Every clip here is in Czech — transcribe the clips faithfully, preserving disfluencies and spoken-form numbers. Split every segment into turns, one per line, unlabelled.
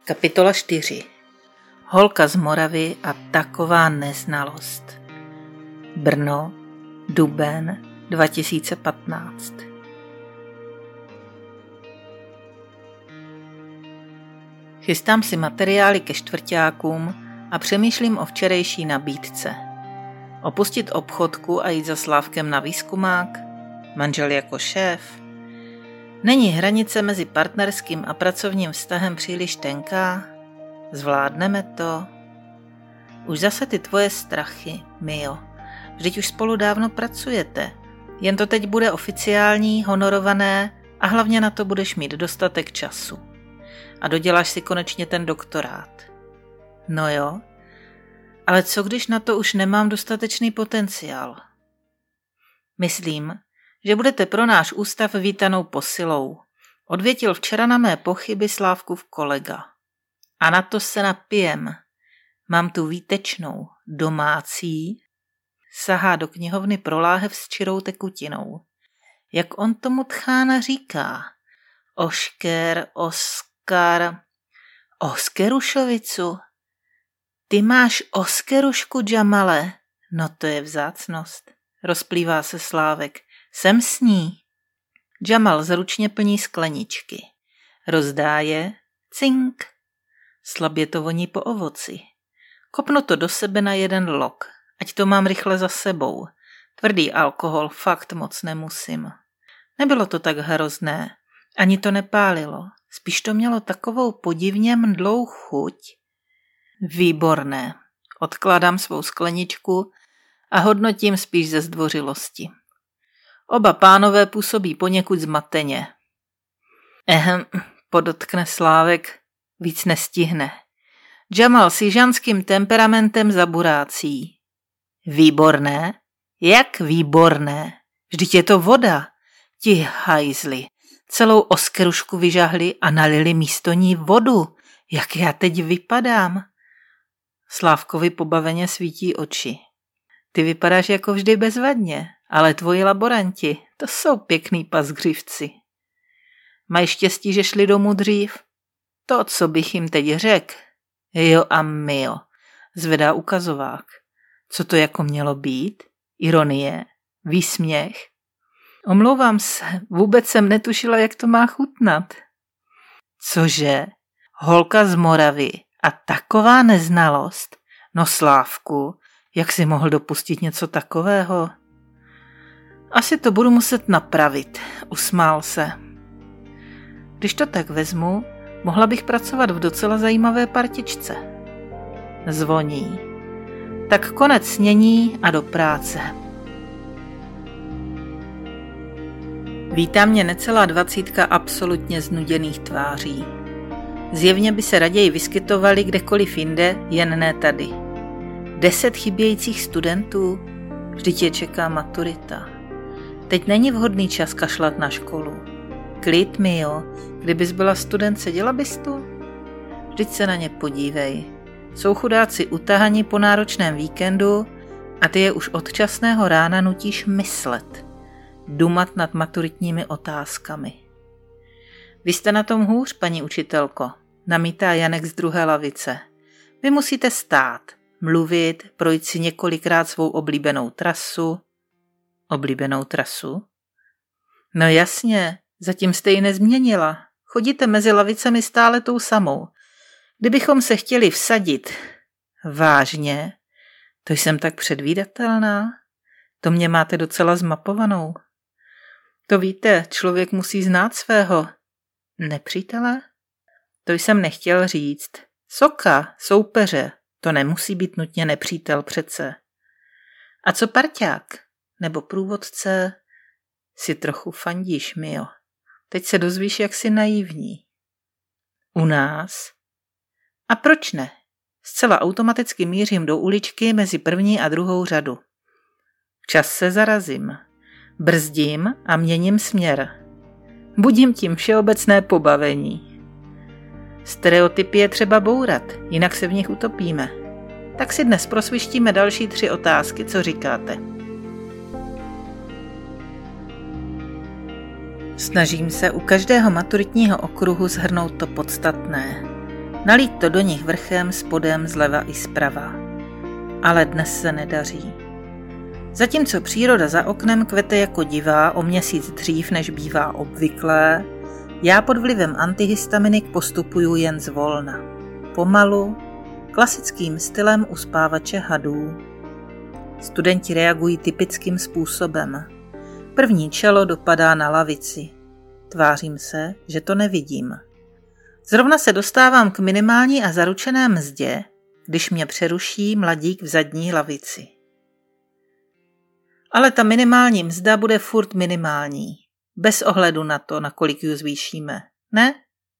Kapitola čtyři. Holka z Moravy a taková neznalost. Brno, duben dva tisíce patnáct. Chystám si materiály ke čtvrťákům a přemýšlím o včerejší nabídce. Opustit obchodku a jít za Slávkem na výzkumák? Manžel jako šéf? Není hranice mezi partnerským a pracovním vztahem příliš tenká? Zvládneme to? Už zase ty tvoje strachy, Mio. Vždyť už spolu dávno pracujete. Jen to teď bude oficiální, honorované a hlavně na to budeš mít dostatek času. A doděláš si konečně ten doktorát. No jo, ale co když na to už nemám dostatečný potenciál? Myslím, že budete pro náš ústav vítanou posilou. Odvětil včera na mé pochyby Slávkův kolega. A na to se napijem. Mám tu výtečnou, domácí, sahá do knihovny pro láhev s čirou tekutinou. Jak on tomu tchána říká? Ošker, Oskar, Oskerušovicu. Ty máš Oskerušku, Džamale. No to je vzácnost. Rozplývá se Slávek. Jsem s ní. Džamal zručně plní skleničky. Rozdá je. Cink. Slabě to voní po ovoci. Kopnu to do sebe na jeden lok. Ať to mám rychle za sebou. Tvrdý alkohol fakt moc nemusím. Nebylo to tak hrozné. Ani to nepálilo. Spíš to mělo takovou podivně mdlou chuť. Výborné. Odkládám svou skleničku a hodnotím spíš ze zdvořilosti. Oba pánové působí poněkud zmateně. Ehem, podotkne Slávek, víc nestihne. Džamal si žanským temperamentem zaburácí. Výborné? Jak výborné? Vždyť je to voda. Ti hajzli. Celou oskerušku vyžahli a nalili místo ní vodu. Jak já teď vypadám? Slávkovi pobaveně svítí oči. Ty vypadáš jako vždy bezvadně, ale tvoji laboranti, to jsou pěkný pasgřivci. Mají štěstí, že šli domů dřív? To, co bych jim teď řekl. Jo a Mio, zvedá ukazovák. Co to jako mělo být? Ironie? Výsměch? Omlouvám se, vůbec jsem netušila, jak to má chutnat. Cože? Holka z Moravy a taková neznalost? No Slávku, jak jsi mohl dopustit něco takového? Asi to budu muset napravit, usmál se. Když to tak vezmu, mohla bych pracovat v docela zajímavé partičce. Zvoní. Tak konec snění a do práce. Vítá mě necelá dvacítka absolutně znuděných tváří. Zjevně by se raději vyskytovali kdekoliv jinde, jen ne tady. Deset chybějících studentů? Vždyť je čeká maturita. Teď není vhodný čas kašlat na školu. Klid, Mio, kdybys byla student, seděla bys tu? Vždyť se na ně podívej. Jsou chudáci utahani po náročném víkendu a ty je už od časného rána nutíš myslet. Dumat nad maturitními otázkami. Vy jste na tom hůř, paní učitelko, namítá Janek z druhé lavice. Vy musíte stát, mluvit, projít si několikrát svou oblíbenou trasu. Oblíbenou trasu? No jasně, zatím jste ji nezměnila. Chodíte mezi lavicemi stále tou samou. Kdybychom se chtěli vsadit. Vážně? To jsem tak předvídatelná? To mě máte docela zmapovanou. To víte, člověk musí znát svého nepřítele? To jsem nechtěl říct. Soka, soupeře, to nemusí být nutně nepřítel přece. A co parťák? Nebo průvodce? Si trochu fandíš, Mio. Teď se dozvíš, jak jsi naivní. U nás? A proč ne? Zcela automaticky mířím do uličky mezi první a druhou řadu. Včas se zarazím. Brzdím a měním směr. Budím tím všeobecné pobavení. Stereotypy je třeba bourat, jinak se v nich utopíme. Tak si dnes prosvištíme další tři otázky, co říkáte? Snažím se u každého maturitního okruhu shrnout to podstatné. Nalít to do nich vrchem, spodem, zleva i zprava. Ale dnes se nedaří. Zatímco příroda za oknem kvete jako divá o měsíc dřív, než bývá obvyklé, já pod vlivem antihistaminik postupuju jen zvolna. Pomalu, klasickým stylem uspávače hadů. Studenti reagují typickým způsobem. První čelo dopadá na lavici. Tvářím se, že to nevidím. Zrovna se dostávám k minimální a zaručené mzdě, když mě přeruší mladík v zadní lavici. Ale ta minimální mzda bude furt minimální, bez ohledu na to, na kolik ji zvýšíme, ne?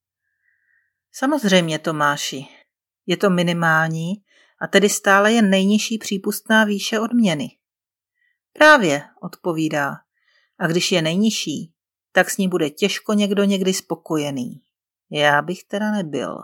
Samozřejmě, Tomáši, je to minimální a tedy stále je nejnižší přípustná výše odměny. Právě, odpovídá, a když je nejnižší, tak s ní bude těžko někdo někdy spokojený. Já bych teda nebyl.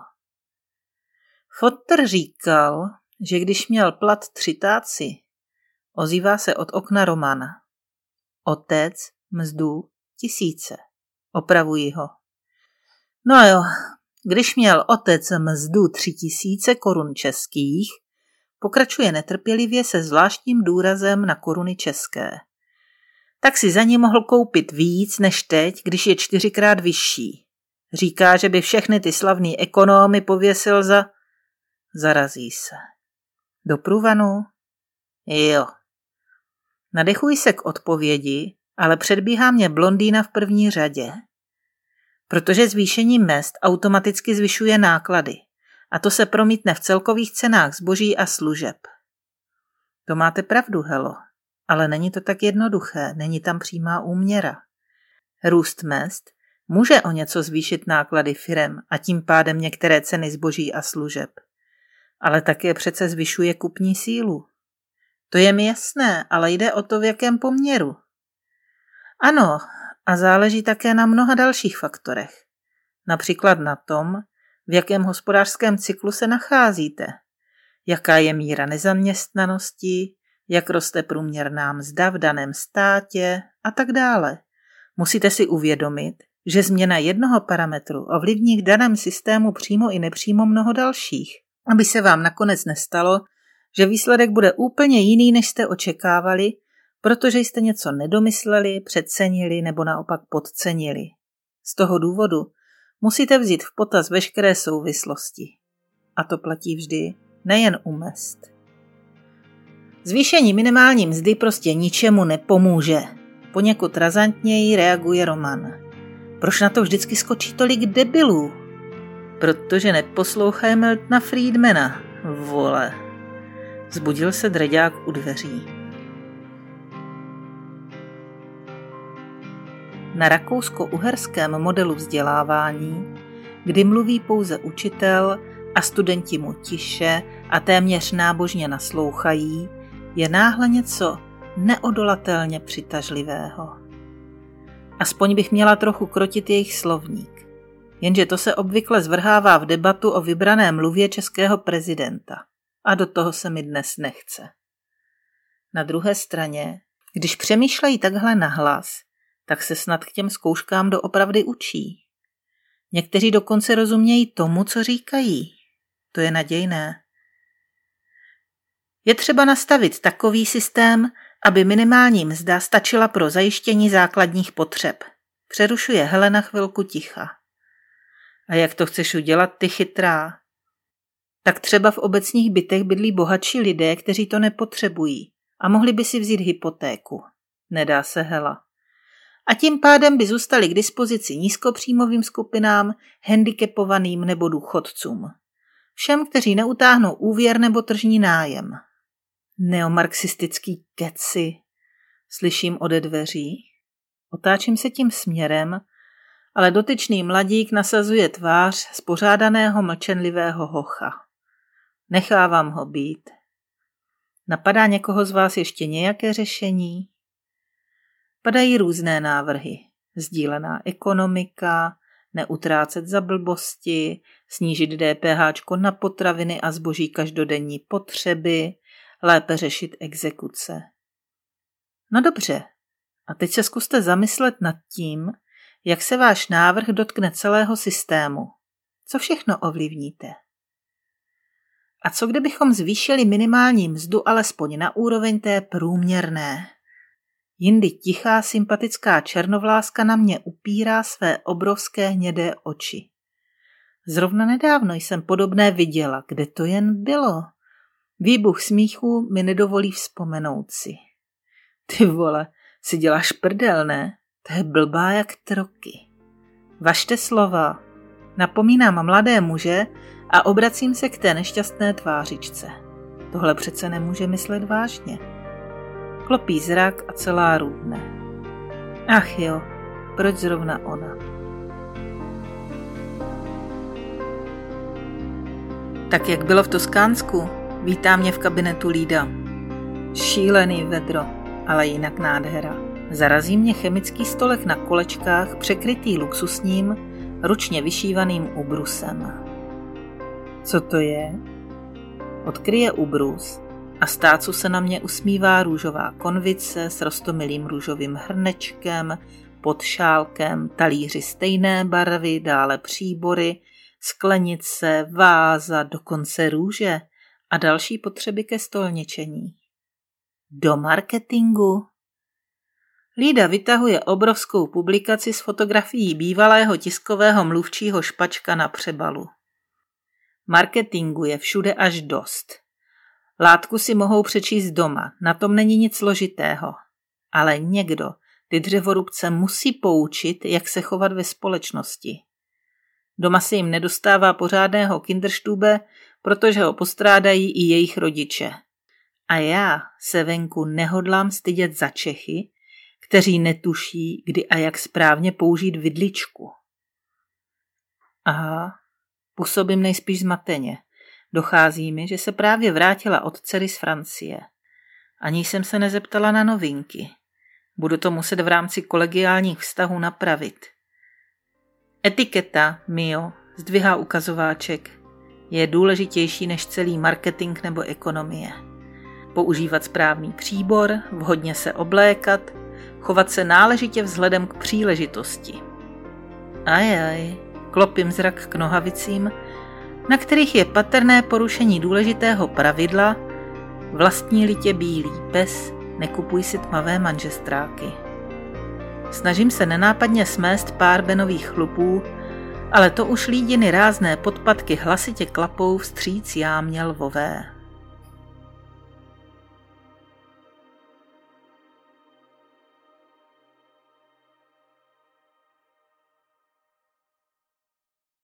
Fotter říkal, že když měl plat tři táci, ozývá se od okna Romana. Otec mzdu tisíce. Opravuji ho. No jo, když měl otec mzdu tři tisíce korun českých, pokračuje netrpělivě se zvláštním důrazem na koruny české. Tak si za ní mohl koupit víc než teď, když je čtyřikrát vyšší. Říká, že by všechny ty slavný ekonómy pověsil za... Zarazí se. Do průvanu? Jo. Nadechuji se k odpovědi, ale předbíhá mě blondýna v první řadě. Protože zvýšení mezd automaticky zvyšuje náklady a to se promítne v celkových cenách zboží a služeb. To máte pravdu, Helo, ale není to tak jednoduché, není tam přímá úměra. Růst mezd může o něco zvýšit náklady firem a tím pádem některé ceny zboží a služeb, ale také přece zvyšuje kupní sílu. To je mi jasné, ale jde o to, v jakém poměru. Ano, a záleží také na mnoha dalších faktorech. Například na tom, v jakém hospodářském cyklu se nacházíte, jaká je míra nezaměstnanosti, jak roste průměrná mzda v daném státě a tak dále. Musíte si uvědomit, že změna jednoho parametru ovlivní v daném systému přímo i nepřímo mnoho dalších, aby se vám nakonec nestalo, že výsledek bude úplně jiný, než jste očekávali, protože jste něco nedomysleli, přecenili nebo naopak podcenili. Z toho důvodu musíte vzít v potaz veškeré souvislosti. A to platí vždy, nejen u mezd. Zvýšení minimální mzdy prostě ničemu nepomůže. Poněkud razantněji reaguje Roman. Proč na to vždycky skočí tolik debilů? Protože neposlouchají Miltona Friedmana, vole. Zbudil se dreďák u dveří. Na rakousko-uherském modelu vzdělávání, kdy mluví pouze učitel a studenti mu tiše a téměř nábožně naslouchají, je náhle něco neodolatelně přitažlivého. Aspoň bych měla trochu krotit jejich slovník, jenže to se obvykle zvrhává v debatu o vybrané mluvě českého prezidenta a do toho se mi dnes nechce. Na druhé straně, když přemýšlejí takhle nahlas, tak se snad k těm zkouškám doopravdy učí. Někteří dokonce rozumějí tomu, co říkají. To je nadějné. Je třeba nastavit takový systém, aby minimální mzda stačila pro zajištění základních potřeb. Přerušuje Helena chvilku ticha. A jak to chceš udělat, ty chytrá? Tak třeba v obecních bytech bydlí bohatší lidé, kteří to nepotřebují a mohli by si vzít hypotéku. Nedá se, Hela. A tím pádem by zůstali k dispozici nízkopříjmovým skupinám, handicapovaným nebo důchodcům. Všem, kteří neutáhnou úvěr nebo tržní nájem. Neomarxistický keci, slyším ode dveří. Otáčím se tím směrem, ale dotyčný mladík nasazuje tvář spořádaného mlčenlivého hocha. Nechávám ho být. Napadá někoho z vás ještě nějaké řešení? Padají různé návrhy. Sdílená ekonomika, neutrácet za blbosti, snížit DPHčko na potraviny a zboží každodenní potřeby, lépe řešit exekuce. No dobře, a teď se zkuste zamyslet nad tím, jak se váš návrh dotkne celého systému. Co všechno ovlivníte? A co kdybychom zvýšili minimální mzdu alespoň na úroveň té průměrné? Jindy tichá sympatická černovláska na mě upírá své obrovské hnědé oči. Zrovna nedávno jsem podobné viděla, kde to jen bylo. Výbuch smíchu mi nedovolí vzpomenout si. Ty vole, si děláš prdel, ne? To je blbá jak troky. Važte slova. Napomínám mladé muže a obracím se k té nešťastné tvářičce. Tohle přece nemůže myslet vážně. Klopí zrak a celá rudne. Ach jo, proč zrovna ona? Tak jak bylo v Toskánsku, vítá mě v kabinetu Lída. Šílený vedro, ale jinak nádhera. Zarazí mě chemický stolek na kolečkách, překrytý luxusním, ručně vyšívaným ubrusem. Co to je? Odkryje ubrus a stácu se na mě usmívá růžová konvice s roztomilým růžovým hrnečkem, pod šálkem, talíři stejné barvy, dále příbory, sklenice, váza, dokonce růže a další potřeby ke stolničení. Do marketingu? Lída vytahuje obrovskou publikaci s fotografií bývalého tiskového mluvčího Špačka na přebalu. Marketingu je všude až dost. Látku si mohou přečíst doma, na tom není nic složitého. Ale někdo ty dřevorubce musí poučit, jak se chovat ve společnosti. Doma se jim nedostává pořádného kinderstube, protože ho postrádají i jejich rodiče. A já se venku nehodlám stydět za Čechy, kteří netuší, kdy a jak správně použít vidličku. Aha, působím nejspíš zmateně. Dochází mi, že se právě vrátila od dcery z Francie. Ani jsem se nezeptala na novinky. Budu to muset v rámci kolegiálních vztahů napravit. Etiketa, Mio, zdvihá ukazováček, je důležitější než celý marketing nebo ekonomie. Používat správný příbor, vhodně se oblékat, chovat se náležitě vzhledem k příležitosti. Ajaj, klopím zrak k nohavicím, na kterých je patrné porušení důležitého pravidla vlastní litě bílý pes, nekupuj si tmavé manžestráky. Snažím se nenápadně smést pár benových chlupů, ale to už lídiny rázné podpatky hlasitě klapou vstříc jámě lvové.